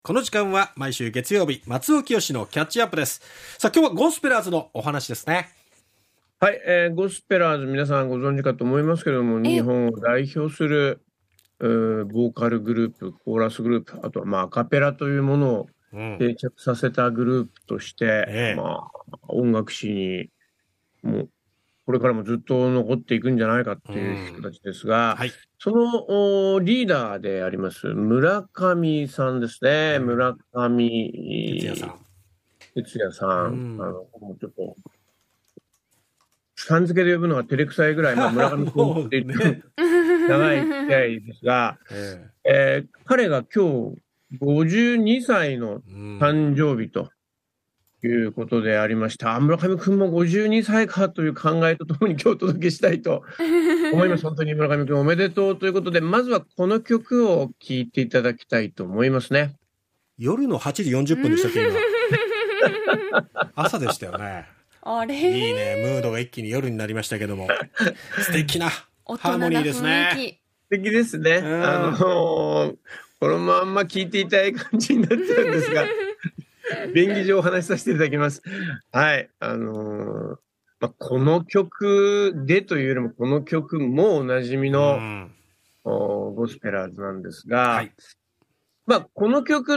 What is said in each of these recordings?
この時間は毎週月曜日、松尾清のキャッチアップです。さあ今日はゴスペラーズのお話ですね。 はい、ゴスペラーズ皆さんご存知かと思いますけども、日本を代表するボーカルグループ、コーラスグループ、あとはアカペラというものを定着させたグループとして、音楽史にもうこれからもずっと残っていくんじゃないかっていう人たちですが、そのリーダーであります村上さんですね。村上哲也さん。もうちょっとさん付けで呼ぶのが照れくさいぐらい、村上君って言って長い付き合いですが、彼が今日52歳の誕生日ということでありました。村上君も52歳かという考えとともに今日お届けしたいと思います。本当に村上君おめでとうということで、まずはこの曲を聴いていただきたいと思いますね。 夜の8時40分でしたっけ、今。朝でしたよね。 あれいいね、ムードが一気に夜になりましたけども、素敵なハーモニーですね。 素敵ですね。このまんま聴いていたい感じになっちゃうんですが、便宜上お話しさせていただきます。はい。この曲でというよりも、この曲もおなじみのゴスペラーズなんですが、この曲って、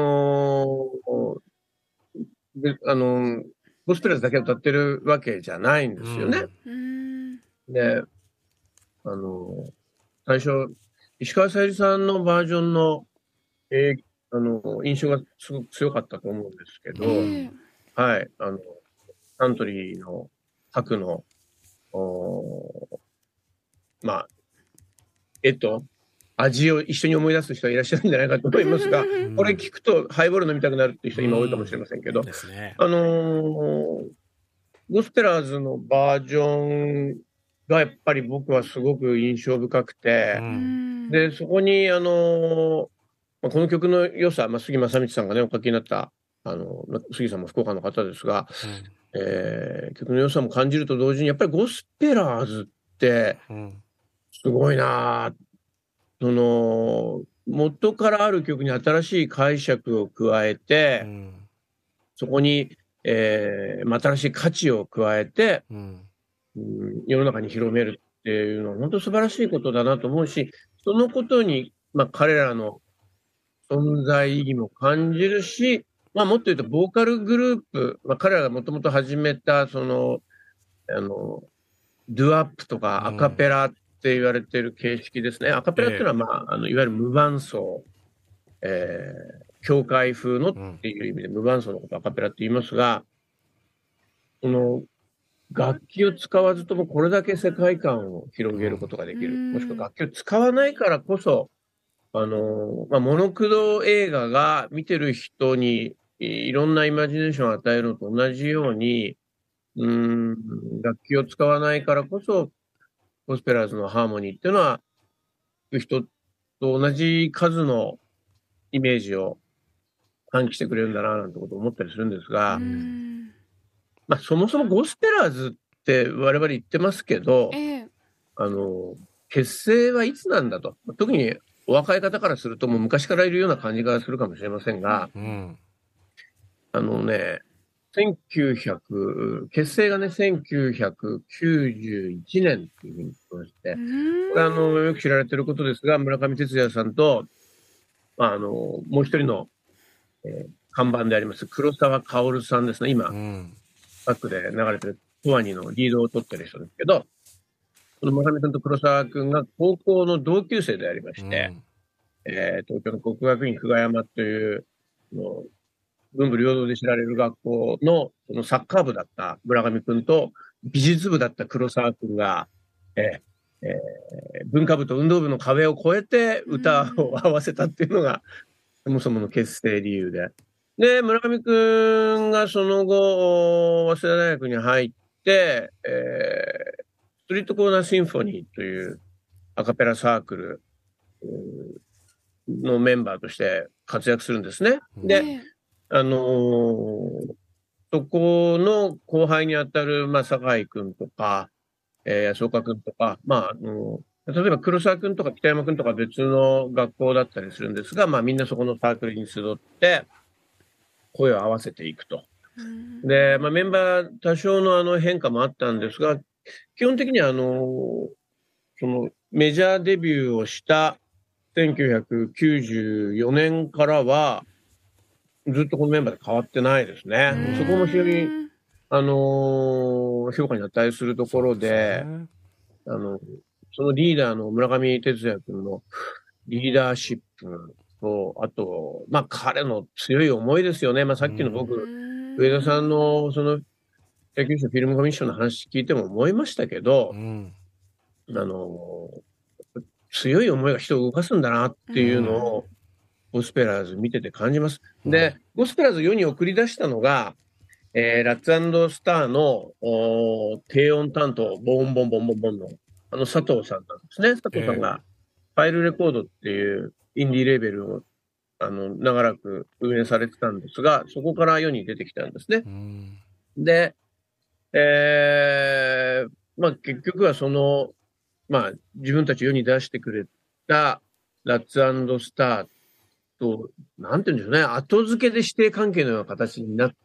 ゴスペラーズだけ歌ってるわけじゃないんですよね。で、最初、石川さゆりさんのバージョンの、印象がすごく強かったと思うんですけど、はい、サントリーの白の、絵と味を一緒に思い出す人がいらっしゃるんじゃないかと思いますが、これ聞くとハイボール飲みたくなるっていう人今多いかもしれませんけど、ゴスペラーズのバージョンがやっぱり僕はすごく印象深くて、で、そこにこの曲の良さ、杉正道さんがね、お書きになった、杉さんも福岡の方ですが、曲の良さも感じると同時に、やっぱりゴスペラーズって、すごいなぁ。元からある曲に新しい解釈を加えて、そこに、新しい価値を加えて、世の中に広めるっていうのは本当素晴らしいことだなと思うし、そのことに、彼らの存在意義も感じるし、もっと言うとボーカルグループ、彼らがもともと始めた、ドゥアップとかアカペラって言われている形式ですね。アカペラっていうのは、いわゆる無伴奏、教会風のっていう意味で無伴奏のことをアカペラって言いますが、楽器を使わずともこれだけ世界観を広げることができる。もしくは楽器を使わないからこそ、モノクロ映画が見てる人にいろんなイマジネーションを与えるのと同じように、楽器を使わないからこそ、ゴスペラーズのハーモニーっていうのは、人と同じ数のイメージを喚起してくれるんだな、なんてことを思ったりするんですが、そもそもゴスペラーズって我々言ってますけど、結成はいつなんだと。特にお若い方からするともう昔からいるような感じがするかもしれませんが、結成がね、1991年っていうふうに言ってまして、これよく知られていることですが、村上哲也さんと、もう一人の、看板であります黒沢薫さんですね、今、バックで流れてるトワニのリードを取ってる人ですけど、この村上さんと黒沢君が高校の同級生でありまして、東京の国学院久我山という、文武両道で知られる学校のそのサッカー部だった村上君と美術部だった黒沢君が、文化部と運動部の壁を越えて歌を合わせたっていうのがそもそもの結成理由で。で、村上君がその後、早稲田大学に入って、ストリートコーナーシンフォニーというアカペラサークルのメンバーとして活躍するんですね。で、そこの後輩にあたる、酒井くんとか、安岡くんとか、 例えば黒沢くんとか北山くんとか別の学校だったりするんですが、みんなそこのサークルに集って声を合わせていくと。で、メンバー多少の変化もあったんですが、基本的にはそのメジャーデビューをした1994年からはずっとこのメンバーで変わってないですね。そこも非常に評価に値するところで、そのリーダーの村上哲也君のリーダーシップと、あと、彼の強い思いですよね。さっきの僕、上田さんのその野球者フィルムコミッションの話聞いても思いましたけど、強い思いが人を動かすんだなっていうのを、ゴスペラーズ見てて感じます。で、ゴスペラーズ世に送り出したのが、ラッツ&スターの低音担当、ボンボンボンボンボンの佐藤さんなんですね。佐藤さんがファイルレコードっていうインディーレーベルを長らく運営されてたんですが、そこから世に出てきたんですね。で、結局は自分たち世に出してくれたラッツ&スターと、なんて言うんでしょうね、後付けで師弟関係のような形になって、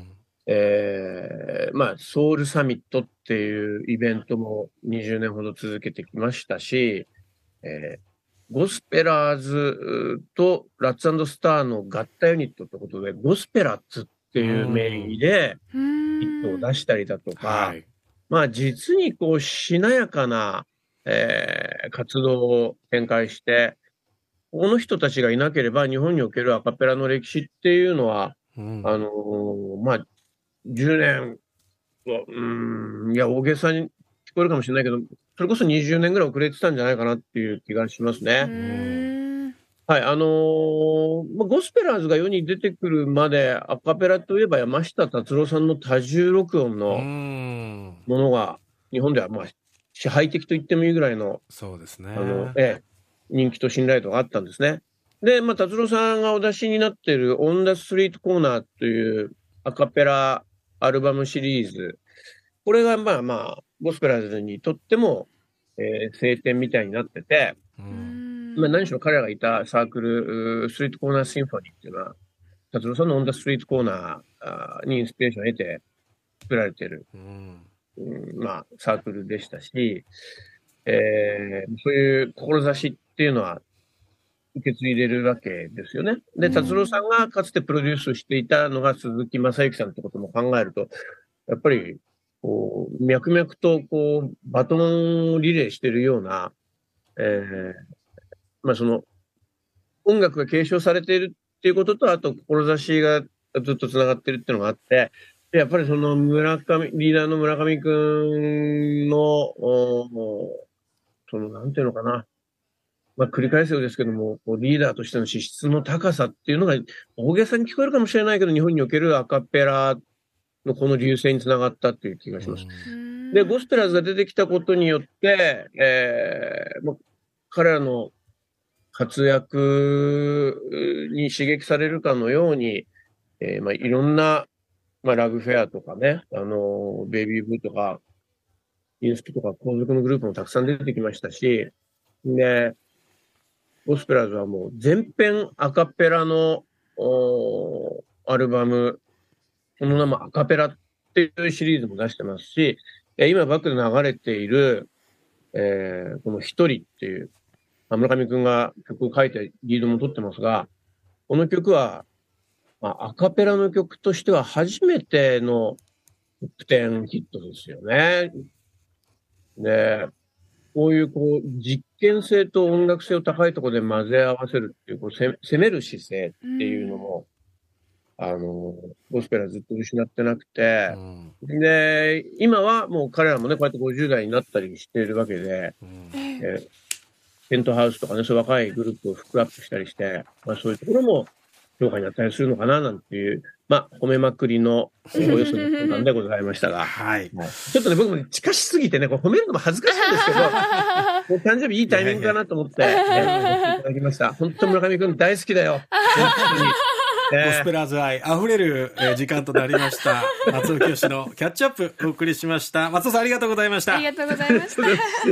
ソウルサミットっていうイベントも20年ほど続けてきましたし、ゴスペラーズとラッツ&スターの合体ユニットってことで、ゴスペラッツっていう名義でヒットを出したりだとか、実にしなやかな、活動を展開して、この人たちがいなければ日本におけるアカペラの歴史っていうのは、10年いや、大げさに聞こえるかもしれないけど、それこそ20年ぐらい遅れてたんじゃないかなっていう気がしますね。はい、ゴスペラーズが世に出てくるまでアカペラといえば山下達郎さんの多重録音のものが日本では支配的と言ってもいいぐらいの、 そうですね。 人気と信頼度があったんですね。で、達郎さんがお出しになっているオンダストリートコーナーというアカペラアルバムシリーズ、これがゴスペラーズにとっても、聖典みたいになってて、何しろ彼らがいたサークル、ストリートコーナーシンフォニーっていうのは、達郎さんのオンダストリートコーナーにインスピレーションを得て作られている、サークルでしたし、そういう志っていうのは受け継いでるわけですよね。で、達郎さんがかつてプロデュースしていたのが鈴木正幸さんってことも考えると、やっぱり、脈々と、バトンをリレーしているような、その、音楽が継承されているっていうことと、あと、志がずっと繋がってるっていうのがあって、やっぱりそのリーダーの村上くんの、なんていうのかな。繰り返すようですけども、リーダーとしての資質の高さっていうのが、大げさに聞こえるかもしれないけど、日本におけるアカペラのこの隆盛につながったっていう気がします。で、ゴスペラーズが出てきたことによって、彼らの活躍に刺激されるかのように、いろんな、ラグフェアとかね、ベイビーブーとか、インスピとか皇族のグループもたくさん出てきましたし、で、ゴスペラーズはもう全編アカペラのアルバム、その名もアカペラっていうシリーズも出してますし、今バックで流れている、この一人っていう、村上くんが曲を書いてリードも取ってますが、この曲は、アカペラの曲としては初めてのトップ10ヒットですよね。で、こういう実験性と音楽性を高いところで混ぜ合わせるっていう、攻める姿勢っていうのも、ゴスペラーずっと失ってなくて、で、今はもう彼らもね、こうやって50代になったりしているわけで、ペントハウスとかね、そういう若いグループをフックアップしたりして、そういうところも評価に値するのかな、なんていう、褒めまくりのおよその時間でございましたが、ちょっとね、僕も近しすぎてね、褒めるのも恥ずかしいんですけど、もう誕生日いいタイミングかなと思って、いただきました。本当村上くん大好きだよ。 ゴスペラーズ愛あふれる時間となりました。松尾清のキャッチアップお送りしました。松尾さんありがとうございました。 ありがとうございました。